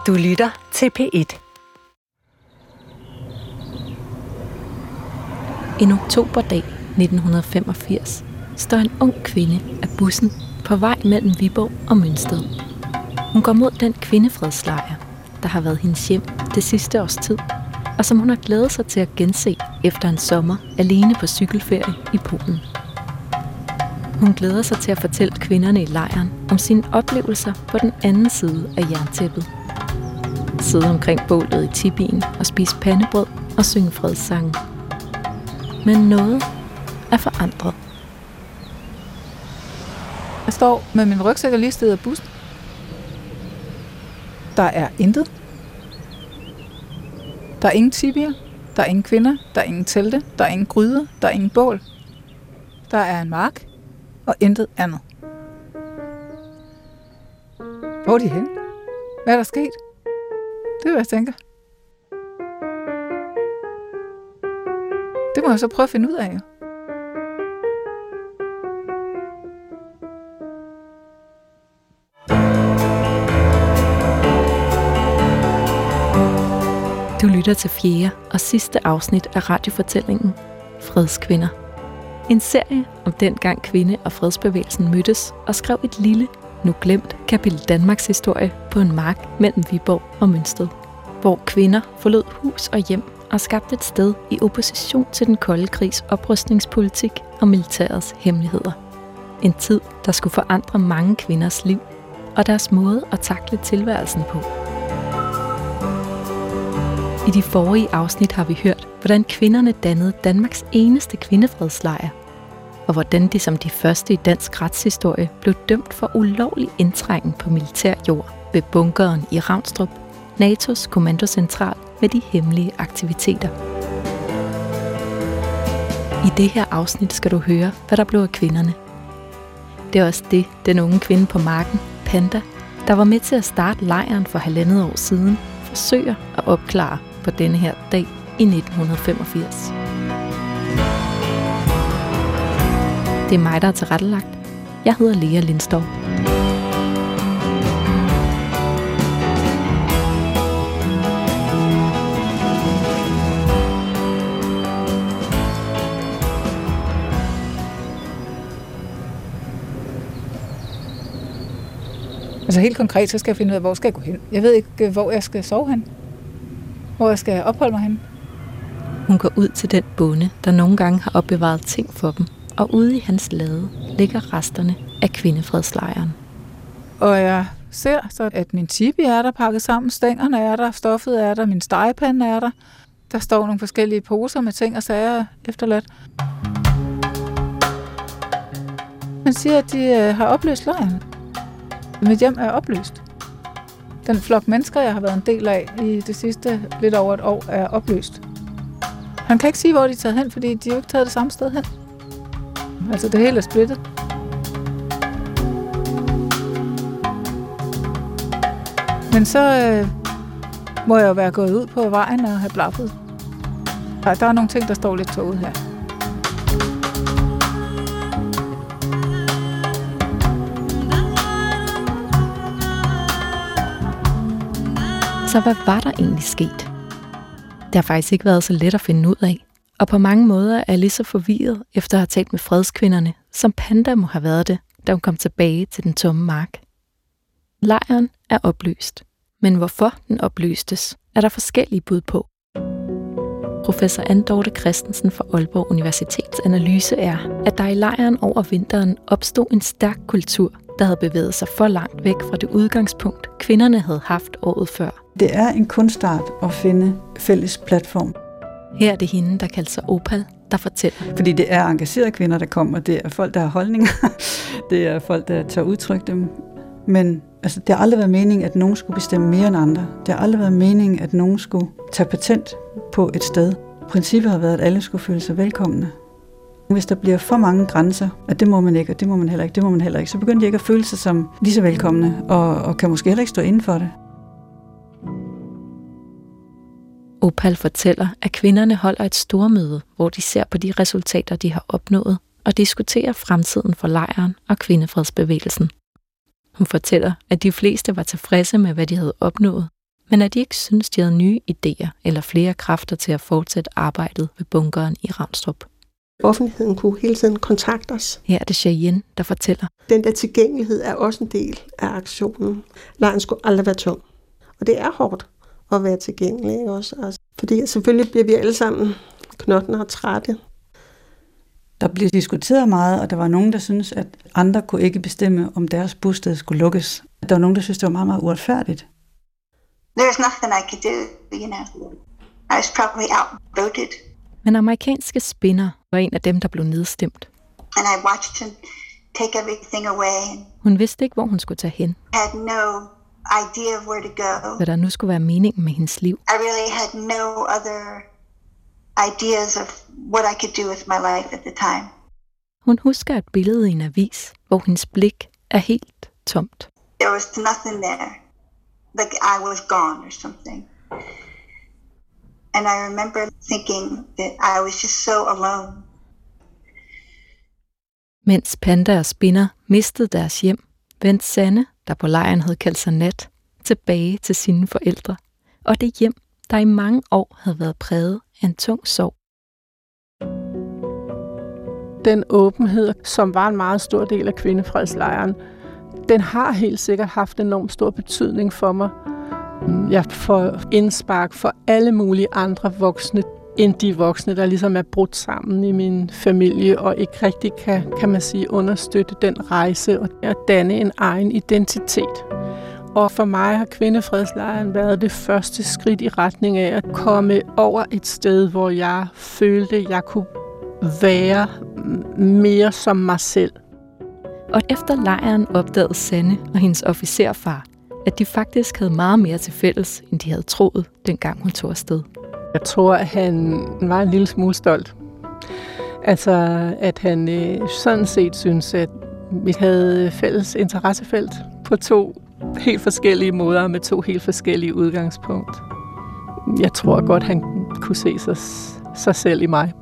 Du lytter til P1. En oktoberdag 1985 står en ung kvinde af bussen på vej mellem Viborg og Mønsted. Hun går mod den kvindefredslejr, der har været hendes hjem det sidste års tid, og som hun har glædet sig til at gense efter en sommer alene på cykelferie i Polen. Hun glæder sig til at fortælle kvinderne i lejren om sine oplevelser på den anden side af jerntæppet. Sidde omkring bålet i tibien og spise pandebrød og synge fredssange. Men noget er forandret. Jeg står med min rygsæk og lige stedet af bussen. Der er intet. Der er ingen tibier, der er ingen kvinder, der er ingen telte, der er ingen gryder, der er ingen bål. Der er en mark og intet andet. Hvor er de henne? Hvad er der sket? Det er, hvad jeg tænker. Det må jeg så prøve at finde ud af, jo. Du lytter til 4. og sidste afsnit af radiofortællingen Fredskvinder. En serie om dengang kvinde- og fredsbevægelsen mødtes og skrev et lille, nu glemt kapitel Danmarks historie på en mark mellem Viborg og Mønsted, hvor kvinder forlod hus og hjem og skabte et sted i opposition til den kolde krigs oprustningspolitik og militærets hemmeligheder. En tid, der skulle forandre mange kvinders liv og deres måde at takle tilværelsen på. I de forrige afsnit har vi hørt, hvordan kvinderne dannede Danmarks eneste kvindefredslejr, og hvordan de som de første i dansk retshistorie blev dømt for ulovlig indtrængen på militær jord ved bunkeren i Ravnstrup, NATO's kommandocentral med de hemmelige aktiviteter. I det her afsnit skal du høre, hvad der blev af kvinderne. Det er også det, den unge kvinde på marken, Panda, der var med til at starte lejren for 1,5 år siden, forsøger at opklare på denne her dag i 1985. Det er mig, der er tilrettelagt. Jeg hedder Lea Lindskov. Altså helt konkret, så skal jeg finde ud af, hvor skal jeg gå hen. Jeg ved ikke, hvor jeg skal sove hen. Hvor jeg skal opholde mig hen. Hun går ud til den bonde, der nogle gange har opbevaret ting for dem, og ude i hans lade ligger resterne af kvindefredslejren. Og jeg ser så, at min tibi er der pakket sammen, stængerne er der, stoffet er der, min stegepande er der. Der står nogle forskellige poser med ting og sager efterladt. Man siger, at de har opløst lejren. Mit hjem er opløst. Den flok mennesker, jeg har været en del af i det sidste lidt over et år, er opløst. Han kan ikke sige, hvor de er taget hen, fordi de er jo ikke taget det samme sted hen. Altså det hele er splittet. Men så må jeg jo være gået ud på vejen og have blaffet. Der er nogle ting, der står lidt tåget her. Så hvad var der egentlig sket? Det har faktisk ikke været så let at finde ud af, og på mange måder er jeg lige så forvirret efter at have talt med fredskvinderne, som Panda må have været det, da hun kom tilbage til den tomme mark. Lejren er opløst, men hvorfor den opløstes, er der forskellige bud på. Professor Anne Dorte Christensen fra Aalborg Universitets analyse er, at der i lejren over vinteren opstod en stærk kultur, der havde bevæget sig for langt væk fra det udgangspunkt, kvinderne havde haft året før. Det er en kunstart at finde fælles platform. Her er det hende, der kalder sig Opal, der fortæller. Fordi det er engagerede kvinder, der kommer. Det er folk, der har holdninger. Det er folk, der tør udtrykke dem. Men altså, det har aldrig været meningen, at nogen skulle bestemme mere end andre. Det har aldrig været meningen, at nogen skulle tage patent på et sted. Princippet har været, at alle skulle føle sig velkomne. Hvis der bliver for mange grænser, at det må man ikke, og det må man heller ikke, det må man heller ikke, så begynder de ikke at føle sig som lige så velkomne, og kan måske heller ikke stå inden for det. Opal fortæller, at kvinderne holder et stormøde, hvor de ser på de resultater, de har opnået, og diskuterer fremtiden for lejren og kvindefredsbevægelsen. Hun fortæller, at de fleste var tilfredse med, hvad de havde opnået, Men at de ikke synes, de havde nye idéer eller flere kræfter til at fortsætte arbejdet ved bunkeren i Ravnstrup. Offentligheden kunne hele tiden kontakte os. Her er det Cheyenne, der fortæller. Den der tilgængelighed er også en del af aktionen. Lejren skulle aldrig være tung. Og det er hårdt at være tilgængelig også. Altså, fordi selvfølgelig bliver vi alle sammen knottende og trætte. Der blev diskuteret meget, og der var nogen, der syntes, at andre kunne ikke bestemme, om deres bosted skulle lukkes. Der var nogen, der syntes, det var meget, meget uretfærdigt. There's nothing I could do, you know. I was probably outvoted. Men amerikanske Spinner var en af dem, der blev nedstemt. And I watched him take everything away. Hun vidste ikke, hvor hun skulle tage hen. I had no idea of where to go. Hvad der nu skulle være meningen med hendes liv. I really had no other ideas of what I could do with my life at the time. Hun husker et billede i en avis, hvor hendes blik er helt tomt. There was nothing there. Like I was gone or something. And I remember thinking that I was just so alone. Mens Panda og Spinner mistede deres hjem, vendte Sanne, der på lejren havde kaldt sig Nat, tilbage til sine forældre. Og det hjem, der i mange år havde været præget af en tung sorg. Den åbenhed, som var en meget stor del af kvindefredslejren, den har helt sikkert haft enormt stor betydning for mig. Jeg får indspark for alle mulige andre voksne, end de voksne, der ligesom er brudt sammen i min familie, og ikke rigtig kan man sige, understøtte den rejse og at danne en egen identitet. Og for mig har kvindefredslejren været det første skridt i retning af at komme over et sted, hvor jeg følte, at jeg kunne være mere som mig selv. Og efter lejren opdagede Sanne og hendes officerfar, at de faktisk havde meget mere til fælles, end de havde troet, dengang hun tog afsted. Jeg tror, at han var en lille smule stolt. Altså, at han sådan set synes, at vi havde fælles interessefelt på 2 helt forskellige måder med 2 helt forskellige udgangspunkt. Jeg tror godt, han kunne se sig selv i mig.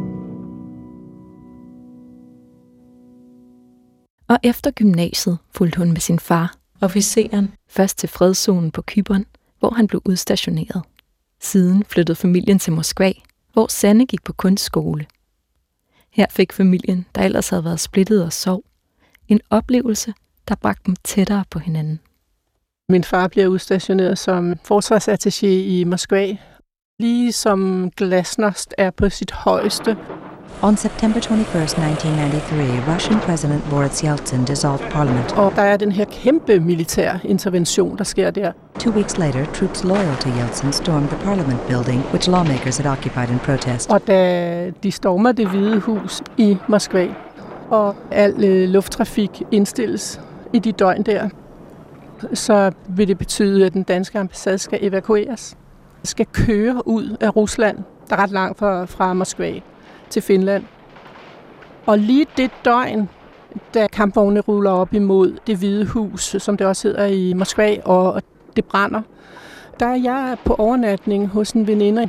Og efter gymnasiet fulgte hun med sin far, officeren, først til fredszonen på Cypern, hvor han blev udstationeret. Siden flyttede familien til Moskva, hvor Sanne gik på kunstskole. Her fik familien, der ellers havde været splittet og sov, en oplevelse, der bragte dem tættere på hinanden. Min far bliver udstationeret som forsvarsattaché i Moskva, lige som glasnost er på sit højeste. On September 21st, 1993, Russian President Boris Yeltsin dissolved parliament. Og der er den her kæmpe militær intervention, der sker der. 2 weeks later, troops loyal to Yeltsin stormed the parliament building, which lawmakers had occupied in protest. Og da de stormer Det Hvide Hus i Moskva, og al lufttrafik indstilles i de døgn der, så vil det betyde, at den danske ambassade skal evakueres. Skal køre ud af Rusland, der er ret langt fra Moskva, til Finland. Og lige det døgn, da kampvogne ruller op imod Det Hvide Hus, som det også hedder i Moskva, og det brænder, der er jeg på overnatning hos en veninde.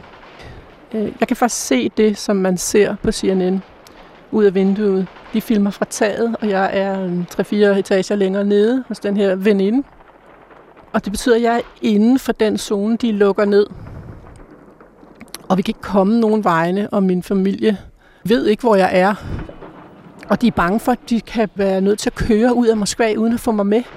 Jeg kan faktisk se det, som man ser på CNN ud af vinduet. De filmer fra taget, og jeg er 3-4 etager længere nede hos den her veninde. Og det betyder, at jeg er inden for den zone, de lukker ned. Og vi kan ikke komme nogen vegne, og min familie ved ikke, hvor jeg er. Og de er bange for, at de kan være nødt til at køre ud af Moskva, uden at få mig med.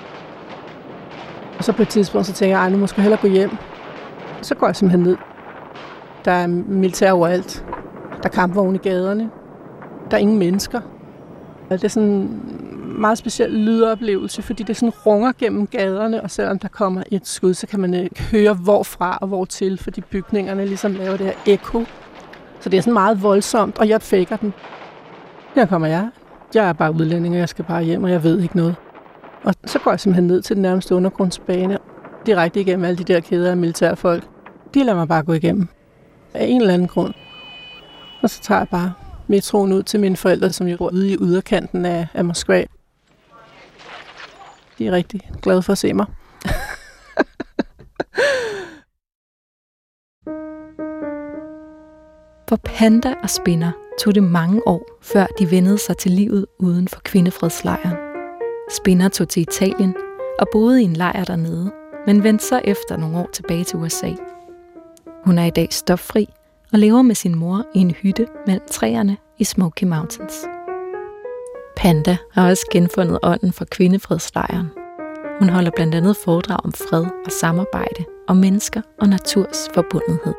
Og så på et tidspunkt, så tænker jeg, nu må jeg hellere gå hjem. Så går jeg simpelthen ned. Der er militær overalt. Der er kampvogne i gaderne. Der er ingen mennesker. Og det er sådan en meget speciel lydoplevelse, fordi det sådan runger gennem gaderne, og selvom der kommer et skud, så kan man ikke høre hvorfra og hvortil, fordi bygningerne ligesom laver det her ekko. Så det er sådan meget voldsomt, og jeg faker den. Her kommer jeg. Jeg er bare udlænding, og jeg skal bare hjem, og jeg ved ikke noget. Og så går jeg simpelthen ned til den nærmeste undergrundsbane, direkte igennem alle de der kæder af militærfolk. De lader mig bare gå igennem. Af en eller anden grund. Og så tager jeg bare metroen ud til mine forældre, som jo bor ude i yderkanten af Moskva. De er rigtig glade for at se mig. For Panda og Spinner tog det mange år, før de vendede sig til livet uden for kvindefredslejren. Spinner tog til Italien og boede i en lejr dernede, men vendte så efter nogle år tilbage til USA. Hun er i dag stoffri og lever med sin mor i en hytte mellem træerne i Smoky Mountains. Panda har også genfundet ånden for kvindefredslejren. Hun holder blandt andet foredrag om fred og samarbejde og mennesker og naturs forbundethed.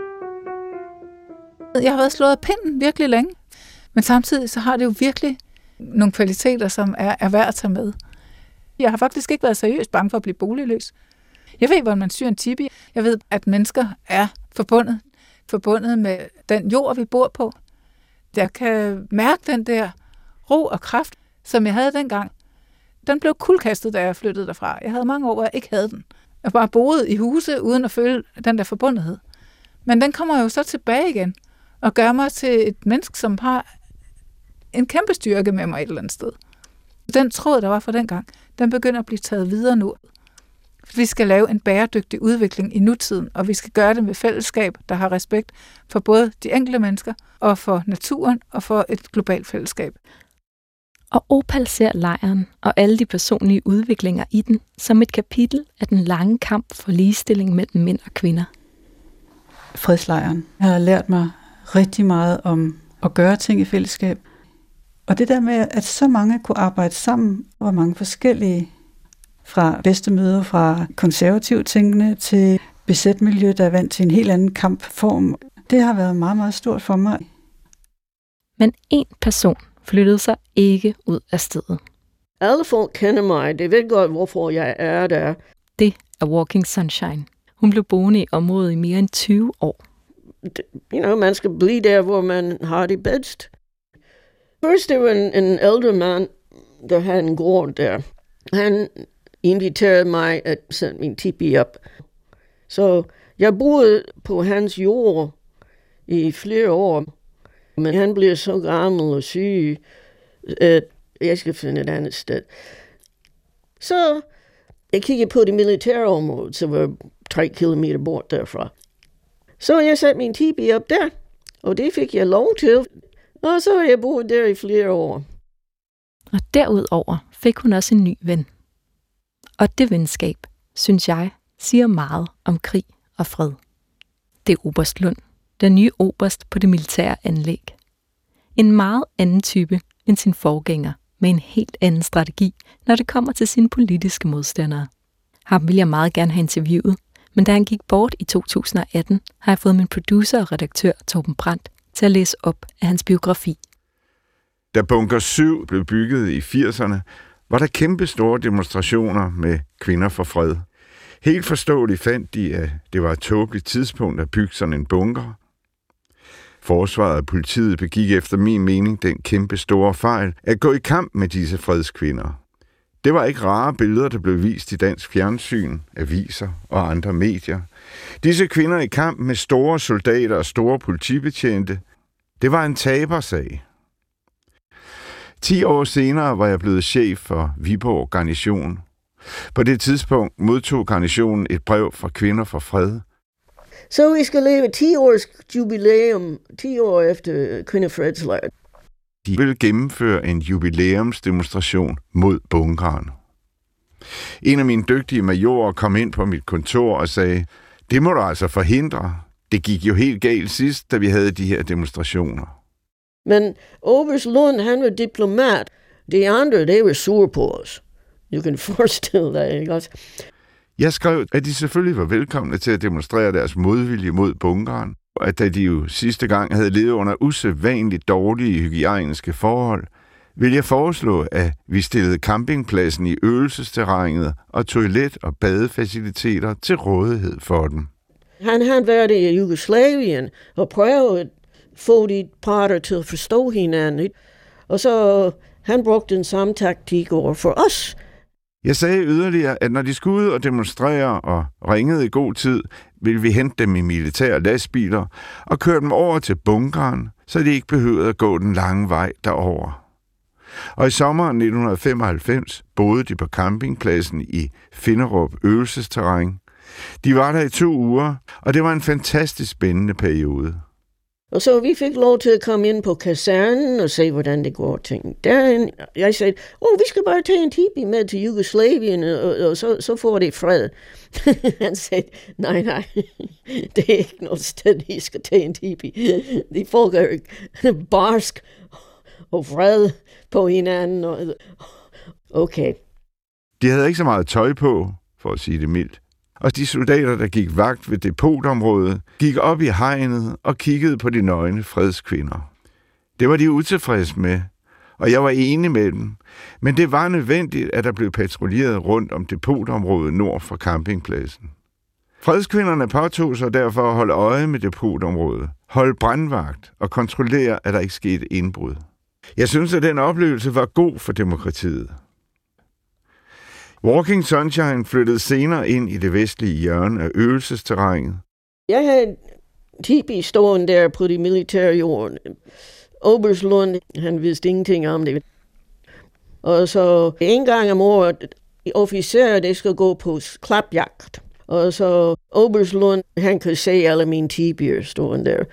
Jeg har været slået af pinden virkelig længe, men samtidig så har det jo virkelig nogle kvaliteter, som er værd at tage med. Jeg har faktisk ikke været seriøst bange for at blive boligløs. Jeg ved, hvordan man syr en tipi. Jeg ved, at mennesker er forbundet med den jord, vi bor på. Jeg kan mærke den der ro og kraft, som jeg havde dengang. Den blev kuldkastet, da jeg flyttede derfra. Jeg havde mange år, hvor jeg ikke havde den. Jeg bare boede i huse, uden at føle den der forbundethed. Men den kommer jo så tilbage igen, og gør mig til et menneske, som har en kæmpe styrke med mig et eller andet sted. Den tråd, der var fra dengang, den begynder at blive taget videre nu. Vi skal lave en bæredygtig udvikling i nutiden, og vi skal gøre det med fællesskab, der har respekt for både de enkelte mennesker og for naturen og for et globalt fællesskab. Og Opal ser lejren og alle de personlige udviklinger i den som et kapitel af den lange kamp for ligestilling mellem mænd og kvinder. Fredslejren har lært mig rigtig meget om at gøre ting i fællesskab. Og det der med, at så mange kunne arbejde sammen, og mange forskellige, fra bedstemøder, fra konservativt tænkende til besætmiljø, der er vant til en helt anden kampform, det har været meget, meget stort for mig. Men en person flyttede sig ikke ud af stedet. Alle folk kender mig. Det ved godt, hvorfor jeg er der. Det er Walking Sunshine. Hun blev boende i området i mere end 20 år. Man skal blive der, hvor man har det bedst. Først det var en ældre mand, der havde en gård der. Han inviterede mig at sætte min tipi op. Så jeg boede på hans jord i flere år. Men han blev så gammel og syg, at jeg skal finde et andet sted. Så jeg kiggede på det militære område, som var 3 kilometer bort derfra. Så jeg satte min tipi op der, og det fik jeg lov til. Og så har jeg boet der i flere år. Og derudover fik hun også en ny ven. Og det venskab, synes jeg, siger meget om krig og fred. Det er Oberst Lund, den nye oberst på det militære anlæg. En meget anden type end sin forgænger, med en helt anden strategi, når det kommer til sine politiske modstandere. Ham vil jeg meget gerne have interviewet, men da han gik bort i 2018, har jeg fået min producer og redaktør Torben Brandt til at læse op af hans biografi. Da Bunker 7 blev bygget i 80'erne, var der kæmpe store demonstrationer med kvinder for fred. Helt forståeligt fandt de, at det var et tåbeligt tidspunkt at bygge sådan en bunker. Forsvaret og politiet begik efter min mening den kæmpe store fejl at gå i kamp med disse fredskvinder. Det var ikke rare billeder, der blev vist i dansk fjernsyn, aviser og andre medier. Disse kvinder i kamp med store soldater og store politibetjente, det var en tabersag. 10 år senere var jeg blevet chef for Viborg Garnison. På det tidspunkt modtog garnisonen et brev fra Kvinder for Fred. Så vi skal leve 10 års jubilæum, 10 år efter Kvindefredslejren. De ville gennemføre en jubilæumsdemonstration mod bunkeren. En af mine dygtige majorer kom ind på mit kontor og sagde, det må du altså forhindre. Det gik jo helt galt sidst, da vi havde de her demonstrationer. Men Oberst Lund, han var diplomat. De andre, de var sure på os. Du kan forestille dig, ikke også? Jeg skrev, at de selvfølgelig var velkomne til at demonstrere deres modvilje mod bunkeren, og at da de jo sidste gang havde levet under usædvanligt dårlige hygiejniske forhold, ville jeg foreslå, at vi stillede campingpladsen i øvelsesterrænet og toilet- og badefaciliteter til rådighed for dem. Han havde været i Jugoslavien og prøvet at få de parter til at forstå hinanden, og så han brugte den samme taktik over for os. Jeg sagde yderligere, at når de skulle ud og demonstrere og ringede i god tid, ville vi hente dem i militære lastbiler og køre dem over til bunkeren, så de ikke behøvede at gå den lange vej derover. Og i sommeren 1995 boede de på campingpladsen i Finderup øvelsesterræn. De var der i 2 uger, og det var en fantastisk spændende periode. Og så vi fik lov til at komme ind på kasernen og se, hvordan det går ting. Derinde, jeg sagde, vi skal bare tage en tipi med til Jugoslavien, og så får det fred. Han sagde, nej, det er ikke noget sted, I skal tage en tipi. De folk er barsk og fred på hinanden. Okay. De havde ikke så meget tøj på, for at sige det mildt. Og de soldater, der gik vagt ved depotområdet, gik op i hegnet og kiggede på de nøgne fredskvinder. Det var de utilfredse med, og jeg var enig med dem. Men det var nødvendigt, at der blev patruljeret rundt om depotområdet nord for campingpladsen. Fredskvinderne påtog sig derfor at holde øje med depotområdet, holde brandvagt og kontrollere, at der ikke skete indbrud. Jeg synes, at den oplevelse var god for demokratiet. Walking Sunshine flyttede senere ind i det vestlige hjørne af øvelsesterrænet. Jeg havde tipi stående der på de militære jord. Oberstlund, han vidste ingenting om det. Og så en gang om året, officerer, det skal gå på klapjagt. Og så Oberstlund, han kunne se alle mine tipier stående der.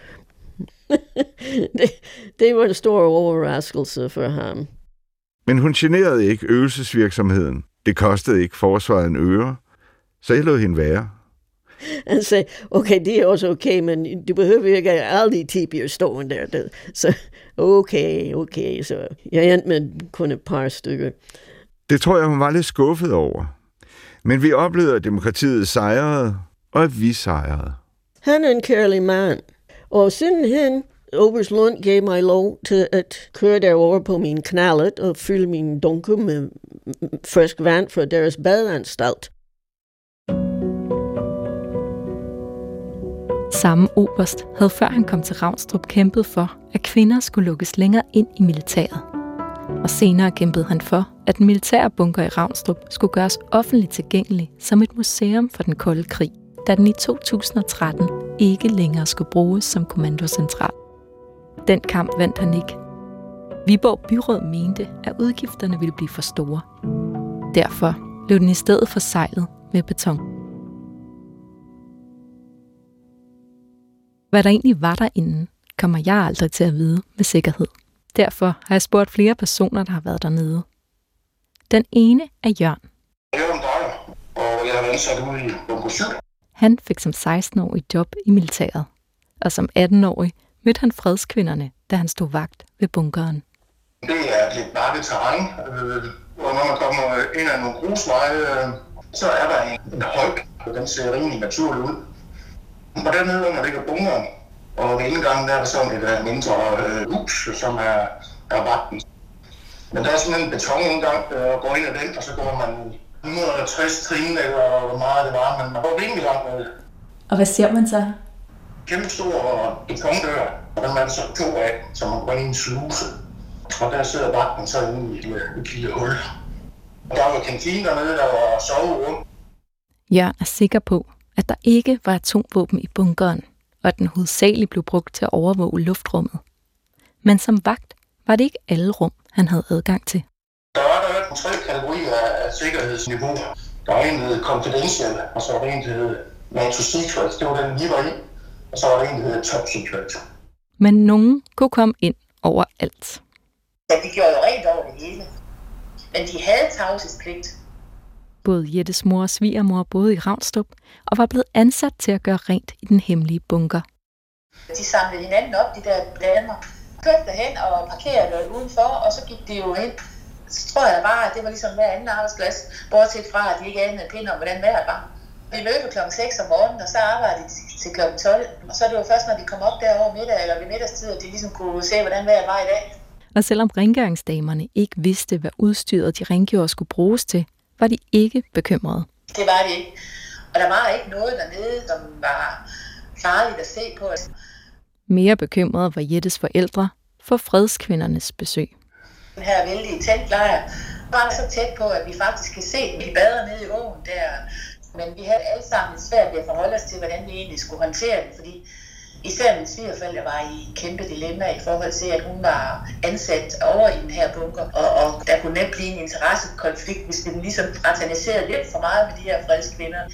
det var en stor overraskelse for ham. Men hun generede ikke øvelsesvirksomheden. Det kostede ikke forsvaret en øre, så jeg lod hende være. Han sagde, okay, det er også okay, men du behøver ikke alle de tipier stående der. Så okay, så jeg endte med kun et par stykker. Det tror jeg, hun var lidt skuffet over. Men vi oplevede, at demokratiet sejrede, og at vi sejrede. Han er en kærlig mand, og sidenhen Oberstlund gav mig lov til at køre derover på min knallet og fylde mine dunker med frisk vand fra deres badeanstalt. Samme oberst havde før han kom til Ravnstrup kæmpet for, at kvinder skulle lukkes længere ind i militæret. Og senere kæmpede han for, at den militære bunker i Ravnstrup skulle gøres offentligt tilgængelig som et museum for den kolde krig, da den i 2013 ikke længere skulle bruges som kommandocentral. Den kamp vandt han ikke. Viborg Byråd mente, at udgifterne ville blive for store. Derfor blev den i stedet forseglet med beton. Hvad der egentlig var derinde, kommer jeg aldrig til at vide med sikkerhed. Derfor har jeg spurgt flere personer, der har været dernede. Den ene er Jørgen. Jørgen Drejer, og jeg har været ansat ude i bunker 7. Han fik som 16-årig job i militæret, og som 18-årig mødte han fredskvinderne, da han stod vagt ved bunkeren. Det er et lidt bakket terræn, og når man kommer ind ad nogle grusveje, så er der en høj, og den ser rimelig naturlig ud. Og dernede under ligger bunkeren, og ved indgangen der er der sådan et mindre hus, som er vagten. Men der er sådan en betonindgang, og går ind ad den, og så går man 160 trin, eller hvor meget det var, men man går rimelig langt med det. Og hvad ser man så? Kæmpe stor betondør, og den er der så 2 af, så man går ind i en sluse. Og der sidder vagten så inde i et lille hul. Og der var kantine dernede, der var soverum. Jørgen er sikker på, at der ikke var atomvåben i bunkeren, og at den hovedsageligt blev brugt til at overvåge luftrummet. Men som vagt var det ikke alle rum, han havde adgang til. Der var 3 kategorier af sikkerhedsniveau. Der var en, der hed confidential, og så var der en, der hed NATO secret. Det var den, vi var i. Og så var der en, der hed top secret. Men nogen kunne komme ind overalt. Ja, de gjorde jo rent over det hele. Men de havde tavshedspligt. Både Jettes mor og svigermor boede i Ravnstrup og var blevet ansat til at gøre rent i den hemmelige bunker. De samlede hinanden op, de der damer, kørte derhen og parkerede udenfor, og så gik de jo hen. Så tror jeg bare, at det var ligesom hver anden arbejdsplads, bortset fra, at de ikke anede en pind om, hvordan vejret var. Vi mødte kl. 6 om morgenen, og så arbejdede de til kl. 12. Og så er det jo først, når de kom op derovre middag eller ved middagstid, at de ligesom kunne se, hvordan vejret var i dag. Og selvom rengøringsdamerne ikke vidste, hvad udstyret de rengjorde skulle bruges til, var de ikke bekymrede. Det var det ikke. Og der var ikke noget dernede, som var farligt at se på. Mere bekymrede var Jettes forældre for fredskvindernes besøg. Den her vældige teltlejr var så tæt på, at vi faktisk kan se, at vi bader nede i åen der. Men vi havde alle sammen svært ved at forholde os til, hvordan vi egentlig skulle håndtere det, fordi især min svigerforældre var i et kæmpe dilemma i forhold til, at hun var ansat over i den her bunker, og der kunne nemt blive en interessekonflikt, hvis vi ligesom fraterniserede lidt for meget med de her fredskvinder.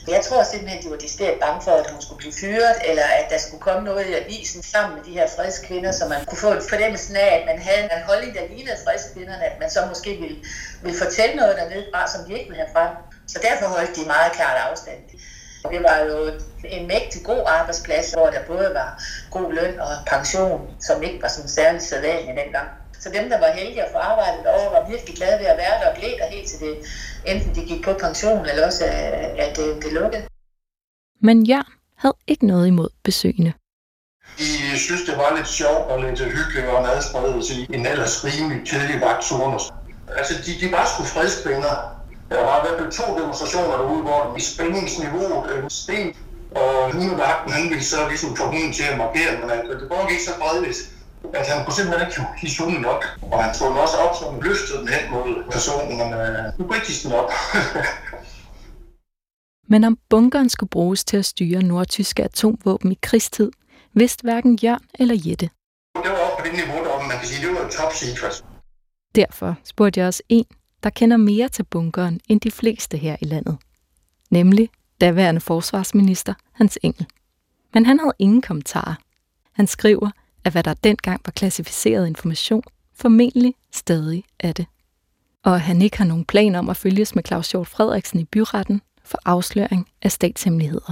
Jeg tror simpelthen, de var decideret bange for, at hun skulle blive fyret, eller at der skulle komme noget i avisen sammen med de her fredskvinder, så man kunne få en fornemmelse af, at man havde en holdning, der lignede fredskvinderne, at man så måske ville fortælle noget dernede fra, som de ikke ville have frem. Så derfor holdt de meget klart afstand. Det var jo en mægtig god arbejdsplads, hvor der både var god løn og pension, som ikke var sådan særlig sædvanlig dengang. Så dem, der var heldige at få arbejdet derovre, var virkelig glade ved at være der og blev der helt til det. Enten de gik på pension, eller også at det lukkede. Men Jørn havde ikke noget imod besøgende. De synes, det var lidt sjovt og lidt hyggeligt og en adspredelse i en ellers rimelig kedelig vagtzone. Altså, de var sgu fredskvinder. Der var i hvert fald 2 demonstrationer derude, hvor spændingsniveauet steg, og hundevagten, han ville så ligesom få hunden til at markere, men det var ikke så fredeligt, at han kunne simpelthen ikke hisse hunden op. Og han tog den også op, så han løftede den hen mod personen, men nu kunne ikke hisse den op. Men om bunkeren skulle bruges til at styre nordtyske atomvåben i krigstid, vidste hverken Jørn eller Jette. Det var også på det niveau, der man kan sige, det var top secret. Derfor spurgte jeg også en, der kender mere til bunkeren end de fleste her i landet. Nemlig daværende forsvarsminister Hans Engel. Men han havde ingen kommentarer. Han skriver, at hvad der dengang var klassificeret information, formentlig stadig er det. Og at han ikke har nogen plan om at følges med Claus Hjort Frederiksen i byretten for afsløring af statshemmeligheder.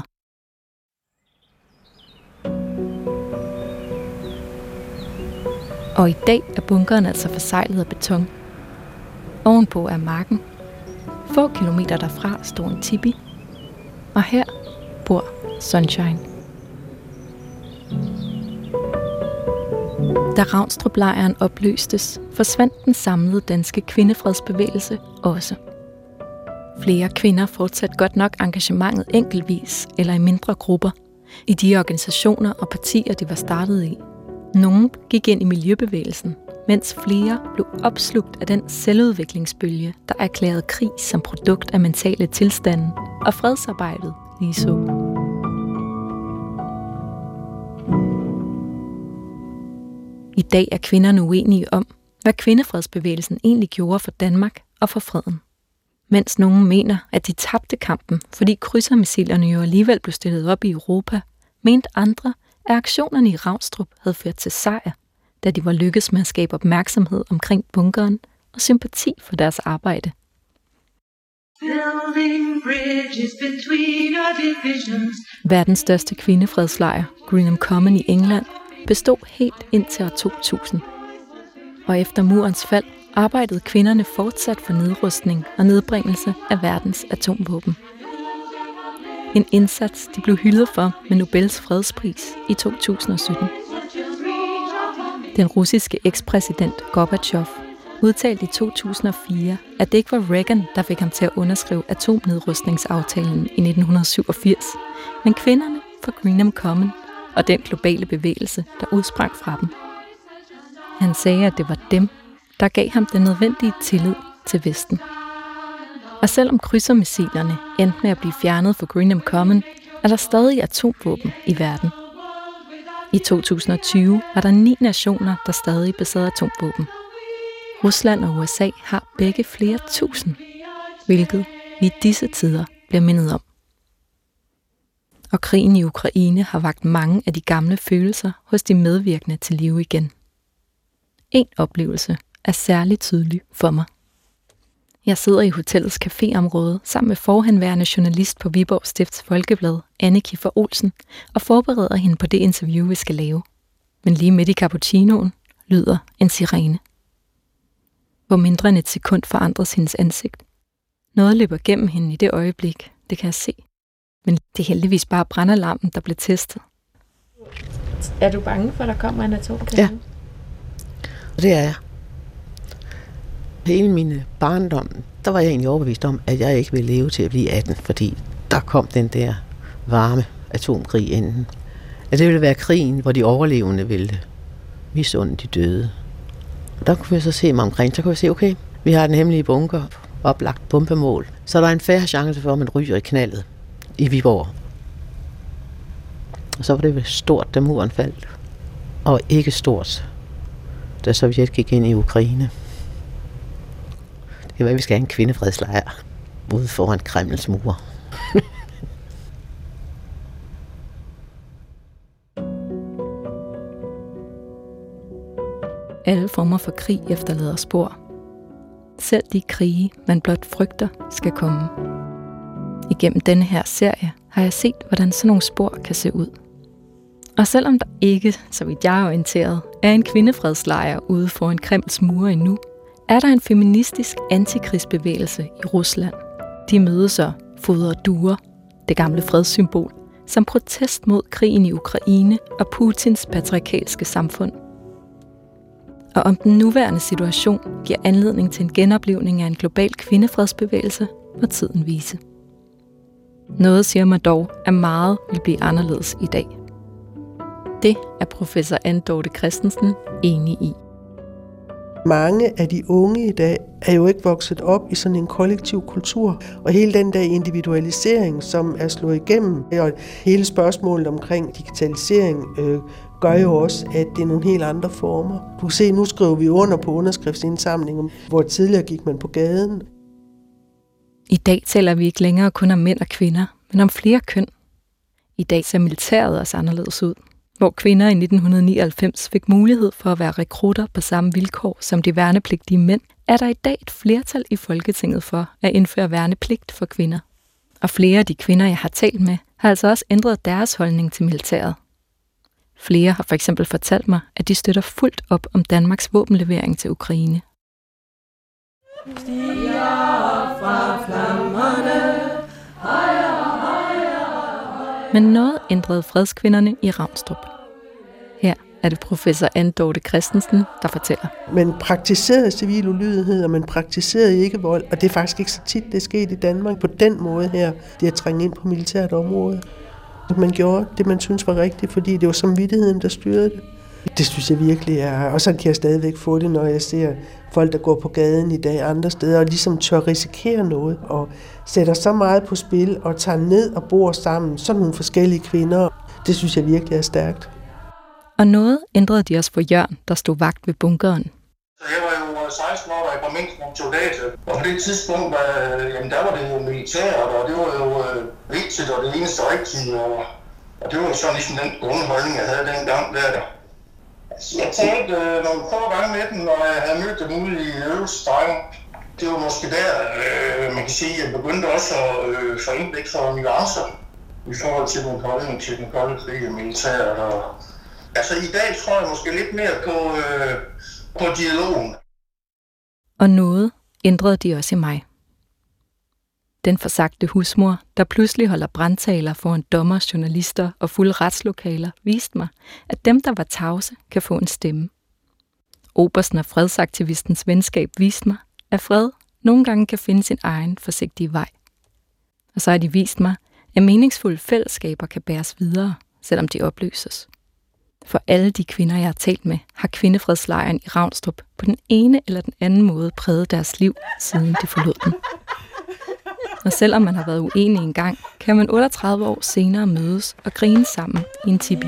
Og i dag er bunkeren altså forseglet af beton. Ovenpå er marken. Få kilometer derfra står en tipi. Og her bor Sunshine. Da Ravnstrup-lejren opløstes, forsvandt den samlede danske kvindefredsbevægelse også. Flere kvinder fortsatte godt nok engagementet enkeltvis eller i mindre grupper i de organisationer og partier, de var startet i. Nogle gik ind i miljøbevægelsen, mens flere blev opslugt af den selvudviklingsbølge, der erklærede krig som produkt af mentale tilstande og fredsarbejdet ligeså. I dag er kvinderne uenige om, hvad kvindefredsbevægelsen egentlig gjorde for Danmark og for freden. Mens nogen mener, at de tabte kampen, fordi krydsermissilerne jo alligevel blev stillet op i Europa, mente andre, at aktionerne i Ravnstrup havde ført til sejr, da de var lykkedes med at skabe opmærksomhed omkring bunkeren og sympati for deres arbejde. Verdens største kvindefredslejr, Greenham Common i England, bestod helt indtil år 2000. Og efter murens fald arbejdede kvinderne fortsat for nedrustning og nedbringelse af verdens atomvåben. En indsats, de blev hyldet for med Nobels fredspris i 2017. Den russiske ekspræsident Gorbachev udtalte i 2004, at det ikke var Reagan, der fik ham til at underskrive atomnedrustningsaftalen i 1987, men kvinderne fra Greenham Common og den globale bevægelse, der udsprang fra dem. Han sagde, at det var dem, der gav ham den nødvendige tillid til Vesten. Og selvom krydsermissilerne endte med at blive fjernet fra Greenham Common, er der stadig atomvåben i verden. I 2020 var der 9 nationer, der stadig besad atomvåben. Rusland og USA har begge flere tusind, hvilket vi i disse tider bliver mindet om. Og krigen i Ukraine har vakt mange af de gamle følelser hos de medvirkende til live igen. En oplevelse er særligt tydelig for mig. Jeg sidder i hotellets caféområde sammen med forhenværende journalist på Viborg Stifts Folkeblad, Anne Kiffer Olsen, og forbereder hende på det interview, vi skal lave. Men lige midt i cappuccinoen lyder en sirene. Hvor mindre end et sekund forandres hendes ansigt. Noget løber gennem hende i det øjeblik, det kan jeg se. Men det er heldigvis bare brandalarmen, der blev testet. Er du bange for, at der kommer en atomkrig? Ja, det er jeg. Hele min barndom, der var jeg egentlig overbevist om, at jeg ikke ville leve til at blive 18, fordi der kom den der varme atomkrig inden. At det ville være krigen, hvor de overlevende ville misunde de døde. Og der kunne vi så se mig omkring, så kunne vi se, okay, vi har den hemmelige bunker, oplagt bombemål, så der er en færre chance for, at man ryger i knaldet i Viborg. Og så var det vel stort, da muren faldt, og ikke stort, da Sovjet gik ind i Ukraine. Det var, at vi skal have en kvindefredslejr ude foran Kremls mure. alle former for krig efterlader spor. Selv de krige, man blot frygter, skal komme. Igennem denne her serie har jeg set, hvordan sådan nogle spor kan se ud. Og selvom der ikke, så vidt jeg er orienteret, er en kvindefredslejr ude foran Kremls mure endnu, er der en feministisk antikrigsbevægelse i Rusland. De mødes og fodrer duer, det gamle fredssymbol, som protest mod krigen i Ukraine og Putins patriarkalske samfund. Og om den nuværende situation giver anledning til en genoplivning af en global kvindefredsbevægelse, må tiden vise. Noget siger mig dog, at meget vil blive anderledes i dag. Det er professor Anne Dorthe Christensen enig i. Mange af de unge i dag er jo ikke vokset op i sådan en kollektiv kultur, og hele den der individualisering, som er slået igennem, og hele spørgsmålet omkring digitalisering gør jo også, at det er nogle helt andre former. Du kan se, nu skriver vi under på underskriftsindsamlinger, hvor tidligere gik man på gaden. I dag taler vi ikke længere kun om mænd og kvinder, men om flere køn. I dag ser militæret også anderledes ud, hvor kvinder i 1999 fik mulighed for at være rekrutter på samme vilkår som de værnepligtige mænd, er der i dag et flertal i Folketinget for at indføre værnepligt for kvinder. Og flere af de kvinder, jeg har talt med, har altså også ændret deres holdning til militæret. Flere har for eksempel fortalt mig, at de støtter fuldt op om Danmarks våbenlevering til Ukraine. Men noget ændrede fredskvinderne i Ravnstrup. Her er det professor Anne Dorthe Christensen, der fortæller. Man praktiserede civil ulydighed, og man praktiserede ikke vold, og det er faktisk ikke så tit, det er sket i Danmark på den måde her, det at trænge ind på militært område. Man gjorde det, man synes var rigtigt, fordi det var samvittigheden, der styrede det. Det synes jeg virkelig er, og så kan jeg stadigvæk få det, når jeg ser folk, der går på gaden i dag andre steder, og ligesom tør risikere noget, og sætter så meget på spil, og tager ned og bor sammen, sådan nogle forskellige kvinder. Det synes jeg virkelig er stærkt. Og noget ændrede de også for Jørgen, der stod vagt ved bunkeren. Jeg var jo 16 år, da jeg kom ind som soldat, og på det tidspunkt, der var det jo militæret, og det var jo vigtigt, og det eneste rigtige, og det var jo sådan ligesom den grundholdning, jeg havde dengang der. Jeg talte nogle få gange med dem, når jeg havde mødt dem ude i øvelsesstrækken. Det var måske der, man kan sige, at jeg begyndte også at få indblik for nuancer i forhold til den holdning til den kolde krig og militæret. Altså i dag tror jeg måske lidt mere på dialogen. Og noget ændrede de også i mig. Den forsagte husmor, der pludselig holder brandtaler foran dommer, journalister og fulde retslokaler, viste mig, at dem, der var tavse, kan få en stemme. Obersten og fredsaktivistens venskab viste mig, at fred nogle gange kan finde sin egen forsigtige vej. Og så har de vist mig, at meningsfulde fællesskaber kan bæres videre, selvom de opløses. For alle de kvinder, jeg har talt med, har kvindefredslejren i Ravnstrup på den ene eller den anden måde præget deres liv, siden de forlod den. Og selvom man har været uenig engang, kan man 38 år senere mødes og grine sammen i en tipi.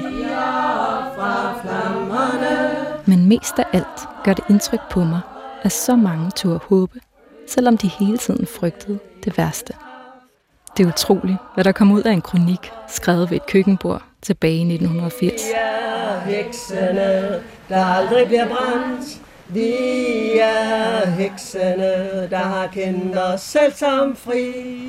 Men mest af alt gør det indtryk på mig, at så mange turde håbe, selvom de hele tiden frygtede det værste. Det er utroligt, hvad der kom ud af en kronik, skrevet ved et køkkenbord tilbage i 1980. Vi er heksene, der aldrig bliver brændt. Vi er heksene, der har kendt os selv som fri.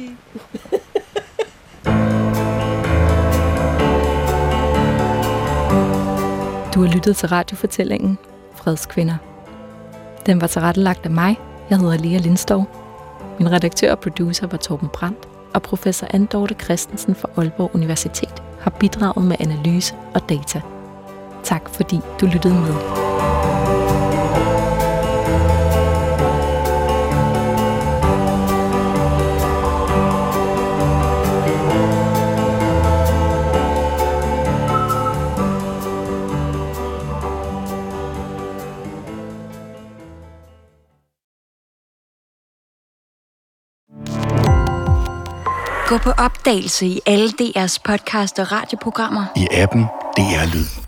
Du har lyttet til radiofortællingen Fredskvinder. Den var tilrettelagt af mig. Jeg hedder Lea Lindskov. Min redaktør og producer var Torben Brandt, og professor Anne Dorthe Christensen fra Aalborg Universitet har bidraget med analyse og data. Tak fordi du lyttede med. Gå på opdagelse i alle DR's podcast og radioprogrammer. I appen DR Lyd.